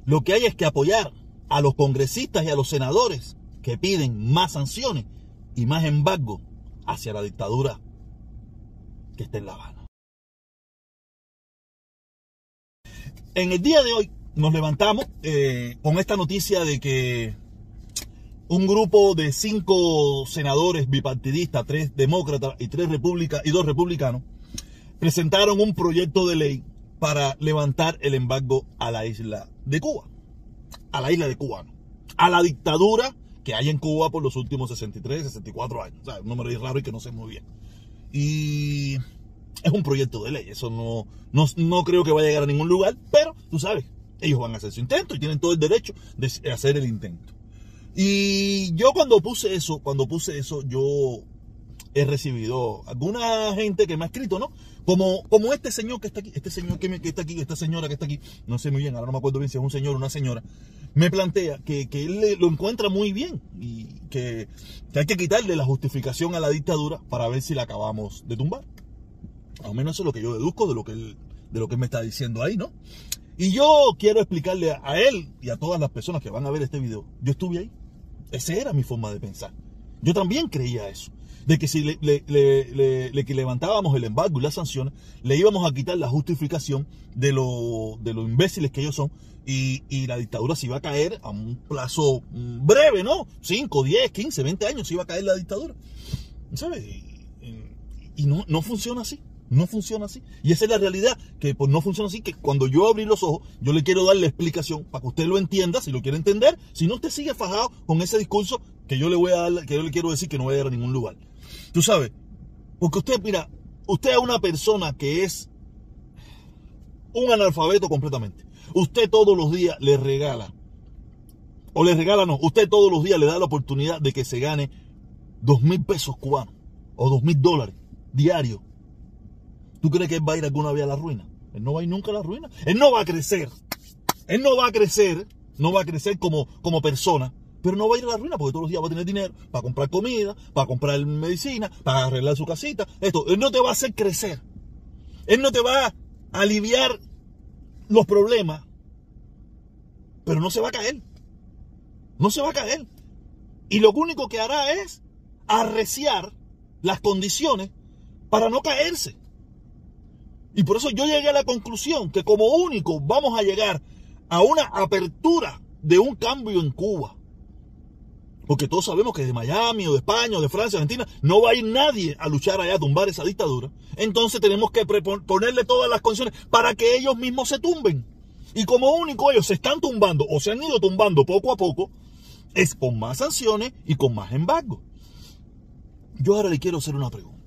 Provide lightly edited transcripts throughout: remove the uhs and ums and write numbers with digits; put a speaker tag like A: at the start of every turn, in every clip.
A: Lo que hay es que apoyar a los congresistas y a los senadores que piden más sanciones y más embargo hacia la dictadura que está en La Habana. En el día de hoy nos levantamos con esta noticia de que un grupo de 5 senadores bipartidistas, 3 demócratas y 2 republicanos, presentaron un proyecto de ley para levantar el embargo a la isla de Cuba. A la isla de Cuba, ¿no? A la dictadura que hay en Cuba por los últimos 63, 64 años. O sea, un número raro y que no sé muy bien. Y es un proyecto de ley. Eso no creo que vaya a llegar a ningún lugar. Pero, tú sabes, ellos van a hacer su intento y tienen todo el derecho de hacer el intento. Y yo cuando puse eso, yo he recibido alguna gente que me ha escrito, ¿no? Como este señor que está aquí, este señor que está aquí, esta señora que está aquí, no sé muy bien, ahora no me acuerdo bien si es un señor o una señora, me plantea que él lo encuentra muy bien y que hay que quitarle la justificación a la dictadura para ver si la acabamos de tumbar. Al menos eso es lo que yo deduzco de lo que él me está diciendo ahí, ¿no? Y yo quiero explicarle a él y a todas las personas que van a ver este video, yo estuve ahí. Esa era mi forma de pensar. Yo también creía eso. De que si le levantábamos el embargo y las sanciones, le íbamos a quitar la justificación de lo imbéciles que ellos son y la dictadura se iba a caer a un plazo breve, ¿no? 5, 10, 15, 20 años se iba a caer la dictadura. ¿Sabes? Y no funciona así. No funciona así. Y esa es la realidad, que pues no funciona así, que cuando yo abrí los ojos, yo le quiero dar la explicación para que usted lo entienda, si lo quiere entender. Si no, usted sigue fajado con ese discurso que yo le voy a dar, que yo le quiero decir que no va a llegar a ningún lugar. Tú sabes, porque usted, mira, usted es una persona que es un analfabeto completamente. Usted todos los días le regala, usted todos los días le da la oportunidad de que se gane 2,000 pesos cubanos o $2,000 diarios. ¿Tú crees que él va a ir alguna vez a la ruina? Él no va a ir nunca a la ruina. Él no va a crecer. Él no va a crecer como persona, pero no va a ir a la ruina porque todos los días va a tener dinero para comprar comida, para comprar medicina, para arreglar su casita. Él no te va a hacer crecer. Él no te va a aliviar los problemas, pero no se va a caer. No se va a caer. Y lo único que hará es arreciar las condiciones para no caerse. Y por eso yo llegué a la conclusión que como único vamos a llegar a una apertura de un cambio en Cuba. Porque todos sabemos que de Miami o de España o de Francia, Argentina, no va a ir nadie a luchar allá a tumbar esa dictadura. Entonces tenemos que ponerle todas las condiciones para que ellos mismos se tumben. Y como único ellos se están tumbando o se han ido tumbando poco a poco, es con más sanciones y con más embargo. Yo ahora le quiero hacer una pregunta.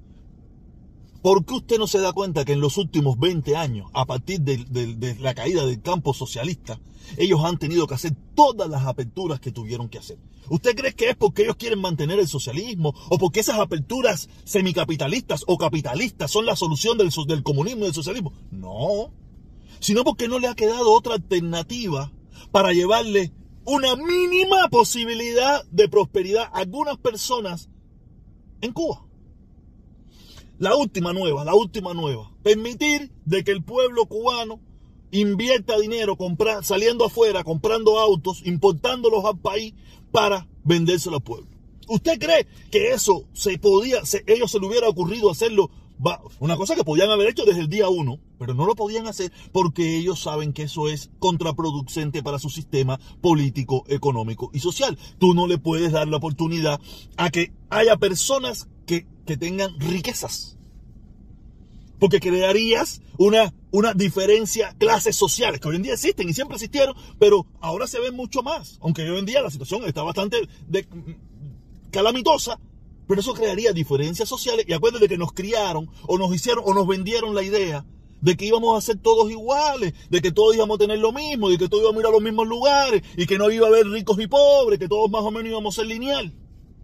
A: ¿Por qué usted no se da cuenta que en los últimos 20 años, a partir de la caída del campo socialista, ellos han tenido que hacer todas las aperturas que tuvieron que hacer? ¿Usted cree que es porque ellos quieren mantener el socialismo o porque esas aperturas semicapitalistas o capitalistas son la solución del comunismo y del socialismo? No, sino porque no le ha quedado otra alternativa para llevarle una mínima posibilidad de prosperidad a algunas personas en Cuba. La última nueva, permitir de que el pueblo cubano invierta dinero saliendo afuera, comprando autos, importándolos al país para vendérselo al pueblo. ¿Usted cree que eso ellos se le hubiera ocurrido hacerlo? Una cosa que podían haber hecho desde el día 1, pero no lo podían hacer porque ellos saben que eso es contraproducente para su sistema político, económico y social. Tú no le puedes dar la oportunidad a que haya personas que tengan riquezas. Porque crearías una diferencia, clases sociales, que hoy en día existen y siempre existieron, pero ahora se ven mucho más. Aunque hoy en día la situación está bastante calamitosa, pero eso crearía diferencias sociales. Y acuérdate que nos criaron, o nos hicieron, o nos vendieron la idea de que íbamos a ser todos iguales, de que todos íbamos a tener lo mismo, de que todos íbamos a ir a los mismos lugares, y que no iba a haber ricos y pobres, que todos más o menos íbamos a ser lineal.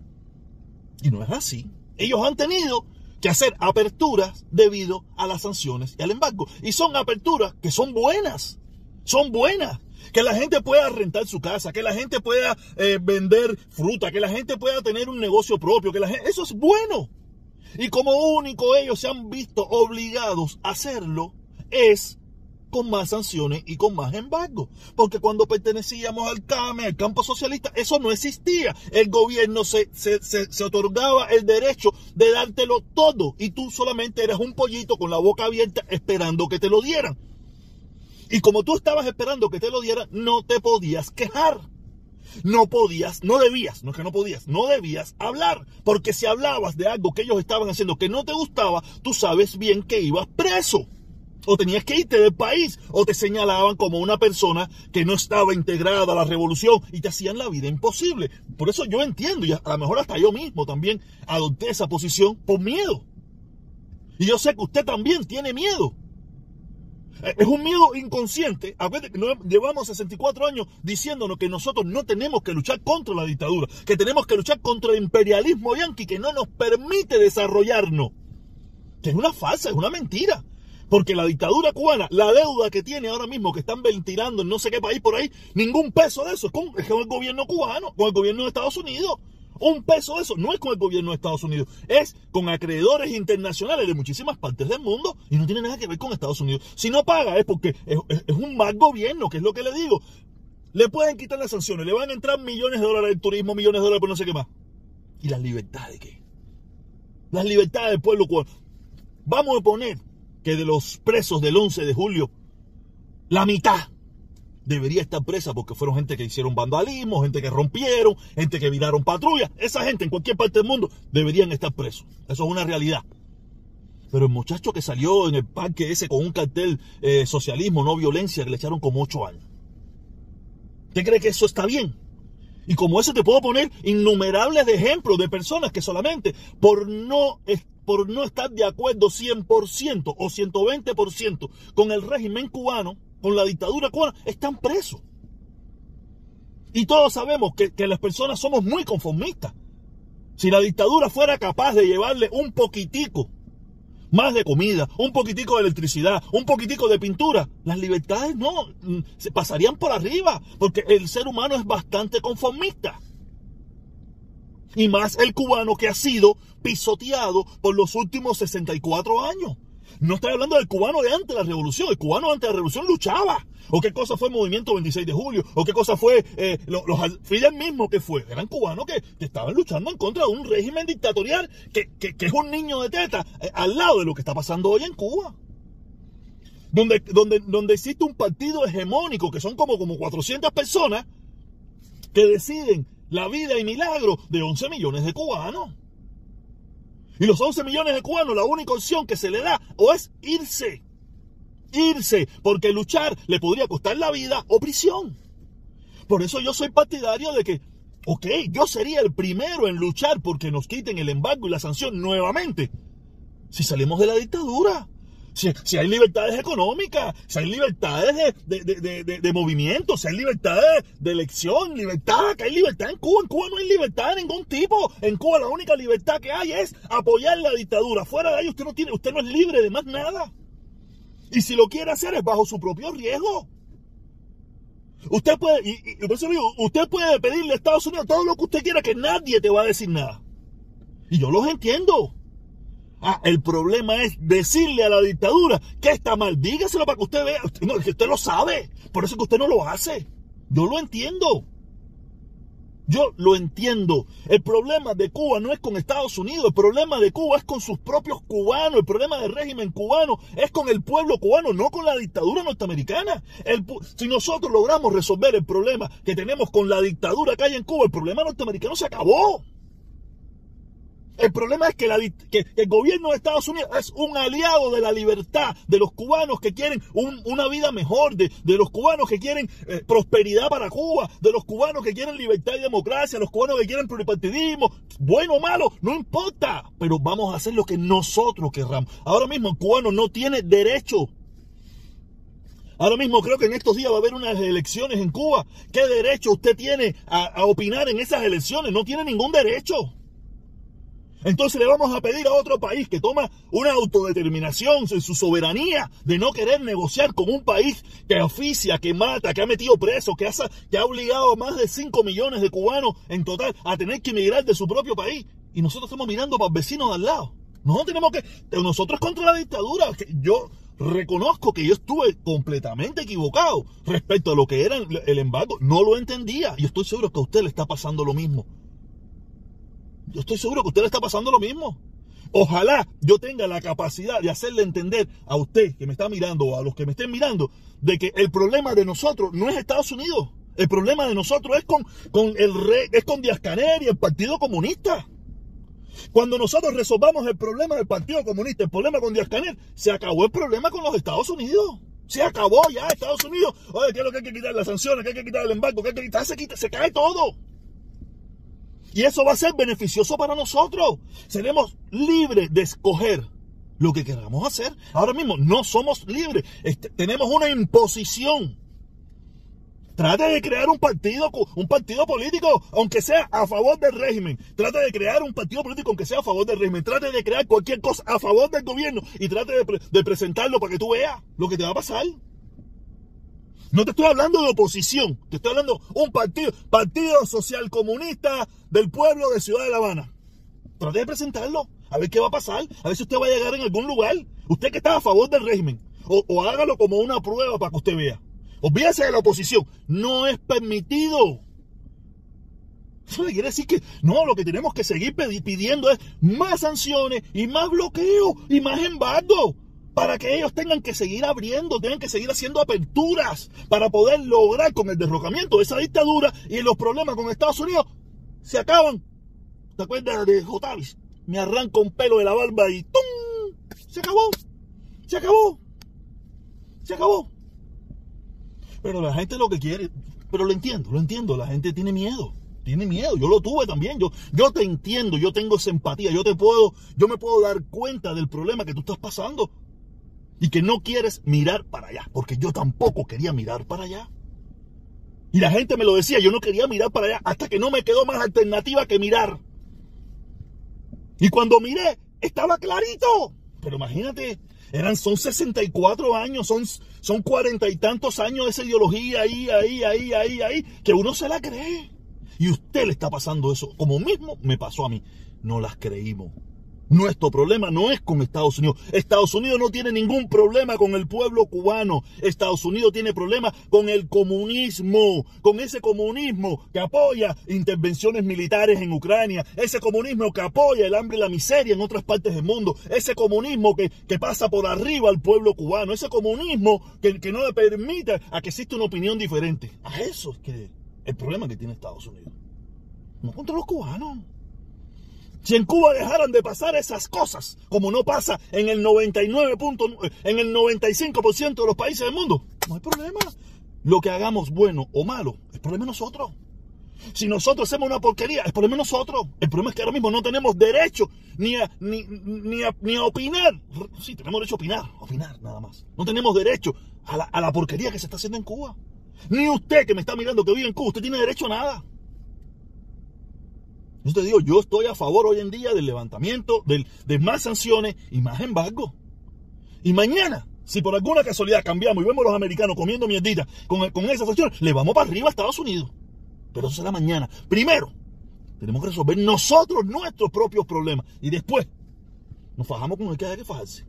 A: Y no es así. Ellos han tenido que hacer aperturas debido a las sanciones y al embargo. Y son aperturas que son buenas. Son buenas. Que la gente pueda rentar su casa, que la gente pueda vender fruta, que la gente pueda tener un negocio propio, eso es bueno. Y como único ellos se han visto obligados a hacerlo es con más sanciones y con más embargo. Porque cuando pertenecíamos al CAME, al campo socialista, eso no existía. El gobierno se otorgaba el derecho de dártelo todo y tú solamente eras un pollito con la boca abierta esperando que te lo dieran. Y como tú estabas esperando que te lo dieran, no te podías quejar. No debías hablar, porque si hablabas de algo que ellos estaban haciendo que no te gustaba, tú sabes bien que ibas preso, o tenías que irte del país, o te señalaban como una persona que no estaba integrada a la revolución y te hacían la vida imposible. Por eso yo entiendo, y a lo mejor hasta yo mismo también adopté esa posición por miedo. Y yo sé que usted también tiene miedo. Es un miedo inconsciente. A veces llevamos 64 años diciéndonos que nosotros no tenemos que luchar contra la dictadura, que tenemos que luchar contra el imperialismo yanqui que no nos permite desarrollarnos. Que es una farsa, es una mentira. Porque la dictadura cubana, la deuda que tiene ahora mismo, que están ventilando en no sé qué país por ahí, ningún peso de eso es con el gobierno cubano, con el gobierno de Estados Unidos. Un peso de eso no es con el gobierno de Estados Unidos, es con acreedores internacionales de muchísimas partes del mundo y no tiene nada que ver con Estados Unidos. Si no paga es porque es un mal gobierno, que es lo que le digo. Le pueden quitar las sanciones, le van a entrar millones de dólares del turismo, millones de dólares por no sé qué más. ¿Y las libertades qué? Las libertades del pueblo cubano. Vamos a poner que de los presos del 11 de julio, la mitad debería estar presa porque fueron gente que hicieron vandalismo, gente que rompieron, gente que viraron patrullas. Esa gente en cualquier parte del mundo deberían estar presos. Eso es una realidad. Pero el muchacho que salió en el parque ese con un cartel socialismo, no violencia, que le echaron como 8 años. ¿Usted cree que eso está bien? Y como eso te puedo poner innumerables de ejemplos de personas que solamente por no estar de acuerdo 100% o 120% con el régimen cubano, con la dictadura cubana, están presos. Y todos sabemos que las personas somos muy conformistas. Si la dictadura fuera capaz de llevarle un poquitico más de comida, un poquitico de electricidad, un poquitico de pintura, las libertades no se pasarían por arriba, porque el ser humano es bastante conformista. Y más el cubano, que ha sido pisoteado por los últimos 64 años. No estoy hablando del cubano de antes de la revolución. El cubano antes de la revolución luchaba. ¿O qué cosa fue el movimiento 26 de julio? ¿O qué cosa fue Fidel mismo que fue? Eran cubanos que estaban luchando en contra de un régimen dictatorial que es un niño de teta al lado de lo que está pasando hoy en Cuba. Donde existe un partido hegemónico que son como 400 personas que deciden la vida y milagro de 11 millones de cubanos. Y los 11 millones de cubanos, la única opción que se le da o es irse, porque luchar le podría costar la vida o prisión. Por eso yo soy partidario de que, yo sería el primero en luchar porque nos quiten el embargo y la sanción nuevamente, si salimos de la dictadura. Si hay libertades económicas, si hay libertades de movimiento, si hay libertades de elección, que hay libertad en Cuba. En Cuba no hay libertad de ningún tipo. En Cuba la única libertad que hay es apoyar la dictadura. Fuera de ahí usted no es libre de más nada. Y si lo quiere hacer es bajo su propio riesgo. Usted puede, y por eso digo, usted puede pedirle a Estados Unidos todo lo que usted quiera, que nadie te va a decir nada. Y yo los entiendo. El problema es decirle a la dictadura que está mal. Dígaselo para que usted vea. No, que usted lo sabe. Por eso es que usted no lo hace. Yo lo entiendo. El problema de Cuba no es con Estados Unidos. El problema de Cuba es con sus propios cubanos. El problema del régimen cubano es con el pueblo cubano, no con la dictadura norteamericana. Si nosotros logramos resolver el problema que tenemos con la dictadura que hay en Cuba, el problema norteamericano se acabó. El problema es que el gobierno de Estados Unidos es un aliado de la libertad, de los cubanos que quieren una vida mejor, de los cubanos que quieren prosperidad para Cuba, de los cubanos que quieren libertad y democracia, los cubanos que quieren pluripartidismo, bueno o malo, no importa, pero vamos a hacer lo que nosotros querramos. Ahora mismo el cubano no tiene derecho. Ahora mismo creo que en estos días va a haber unas elecciones en Cuba. ¿Qué derecho usted tiene a opinar en esas elecciones? No tiene ningún derecho. Entonces le vamos a pedir a otro país que toma una autodeterminación en su soberanía de no querer negociar con un país que oficia, que mata, que ha metido presos, que ha obligado a más de 5 millones de cubanos en total a tener que emigrar de su propio país. Y nosotros estamos mirando para el vecino de al lado. Nosotros contra la dictadura. reconozco que yo estuve completamente equivocado respecto a lo que era el embargo. No lo entendía. Y estoy seguro que a usted le está pasando lo mismo. Yo estoy seguro que a usted le está pasando lo mismo. Ojalá yo tenga la capacidad de hacerle entender a usted que me está mirando o a los que me estén mirando de que el problema de nosotros no es Estados Unidos. El problema de nosotros es con Díaz-Canel y el Partido Comunista. Cuando nosotros resolvamos el problema del Partido Comunista, el problema con Díaz-Canel, se acabó el problema con los Estados Unidos. Se acabó ya Estados Unidos. Oye, ¿qué es lo que hay que quitar? Las sanciones, ¿qué hay que quitar? El embargo, ¿qué hay que quitar? Se cae todo. Y eso va a ser beneficioso para nosotros. Seremos libres de escoger lo que queramos hacer. Ahora mismo no somos libres. Tenemos una imposición. Trate de crear un partido político, aunque sea a favor del régimen. Trate de crear un partido político, aunque sea a favor del régimen. Trate de crear cualquier cosa a favor del gobierno y trate de presentarlo para que tú veas lo que te va a pasar. No te estoy hablando de oposición, te estoy hablando de un partido social comunista del pueblo de Ciudad de La Habana. Trate de presentarlo, a ver qué va a pasar, a ver si usted va a llegar en algún lugar. Usted que está a favor del régimen, o hágalo como una prueba para que usted vea. Olvídese de la oposición, no es permitido. Eso quiere decir que no, lo que tenemos que seguir pidiendo es más sanciones y más bloqueo y más embargo. Para que ellos tengan que seguir abriendo, tengan que seguir haciendo aperturas para poder lograr con el derrocamiento de esa dictadura y los problemas con Estados Unidos se acaban. ¿Te acuerdas de Jotavis? Me arranca un pelo de la barba y ¡tum! Se acabó. Se acabó. Se acabó. Pero la gente lo que quiere, pero lo entiendo, la gente tiene miedo. Tiene miedo, yo lo tuve también, yo te entiendo, yo tengo esa empatía, yo me puedo dar cuenta del problema que tú estás pasando. Y que no quieres mirar para allá, porque yo tampoco quería mirar para allá. Y la gente me lo decía, yo no quería mirar para allá, hasta que no me quedó más alternativa que mirar. Y cuando miré, estaba clarito. Pero imagínate, son 64 años, son 40 y tantos años de esa ideología ahí, que uno se la cree. Y a usted le está pasando eso, como mismo me pasó a mí. No las creímos. Nuestro problema no es con Estados Unidos. Estados Unidos no tiene ningún problema con el pueblo cubano. Estados Unidos tiene problemas con el comunismo, con ese comunismo que apoya intervenciones militares en Ucrania, ese comunismo que apoya el hambre y la miseria en otras partes del mundo, ese comunismo que pasa por arriba al pueblo cubano, ese comunismo que no le permite a que exista una opinión diferente. A eso es que el problema que tiene Estados Unidos. No contra los cubanos. Si en Cuba dejaran de pasar esas cosas, como no pasa en el 95% de los países del mundo, no hay problema. Lo que hagamos bueno o malo, es problema de nosotros. Si nosotros hacemos una porquería, es problema de nosotros. El problema es que ahora mismo no tenemos derecho ni a opinar. Sí, tenemos derecho a opinar nada más. No tenemos derecho a la porquería que se está haciendo en Cuba. Ni usted que me está mirando que vive en Cuba, usted tiene derecho a nada. Yo te digo, yo estoy a favor hoy en día del levantamiento de más sanciones y más embargo. Y mañana, si por alguna casualidad cambiamos y vemos a los americanos comiendo mierdita con esas sanciones, le vamos para arriba a Estados Unidos. Pero eso será mañana. Primero, tenemos que resolver nosotros nuestros propios problemas. Y después, nos fajamos con el que haya que fajarse.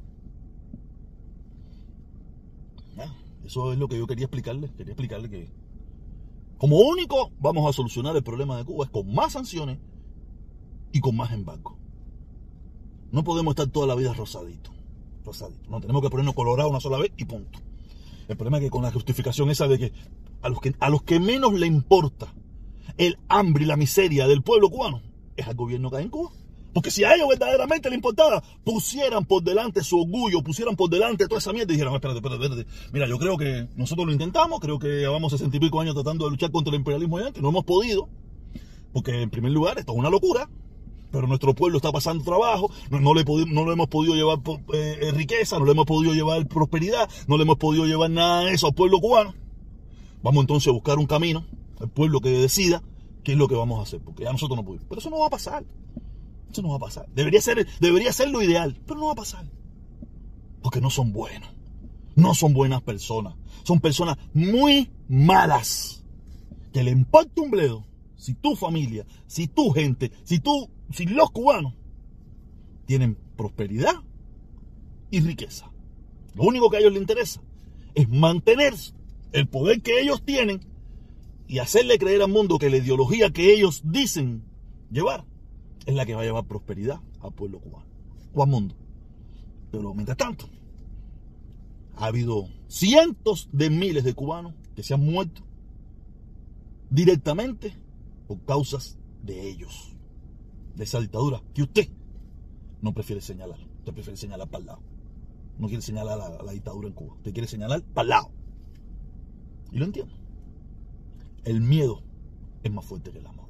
A: Eso es lo que yo quería explicarle. Quería explicarle que como único vamos a solucionar el problema de Cuba es con más sanciones y con más embargo. No podemos estar toda la vida rosadito. No, tenemos que ponernos colorado una sola vez y punto. El problema es que con la justificación esa de que a los que menos le importa el hambre y la miseria del pueblo cubano es al gobierno que hay en Cuba. Porque si a ellos verdaderamente les importara, pusieran por delante su orgullo, pusieran por delante toda esa mierda y dijeran, espérate. Mira, yo creo que nosotros lo intentamos, creo que llevamos 60 y pico años tratando de luchar contra el imperialismo allá, que no hemos podido, porque en primer lugar esto es una locura, pero nuestro pueblo está pasando trabajo, no le hemos podido llevar riqueza, no le hemos podido llevar prosperidad, no le hemos podido llevar nada de eso al pueblo cubano. Vamos entonces a buscar un camino, el pueblo que decida qué es lo que vamos a hacer, porque ya nosotros no podemos. Pero eso no va a pasar. Eso no va a pasar. Debería ser lo ideal, pero no va a pasar. Porque no son buenos. No son buenas personas. Son personas muy malas. Que le importa un bledo si tu familia, si tu gente, si los cubanos tienen prosperidad y riqueza. Lo único que a ellos les interesa es mantener el poder que ellos tienen y hacerle creer al mundo que la ideología que ellos dicen llevar es la que va a llevar prosperidad al pueblo cubano o al mundo. Pero mientras tanto, ha habido cientos de miles de cubanos que se han muerto directamente por causas de ellos, de esa dictadura que usted no prefiere señalar. Usted prefiere señalar para el lado. No quiere señalar a la dictadura en Cuba. Usted quiere señalar para el lado. Y lo entiendo. El miedo es más fuerte que el amor.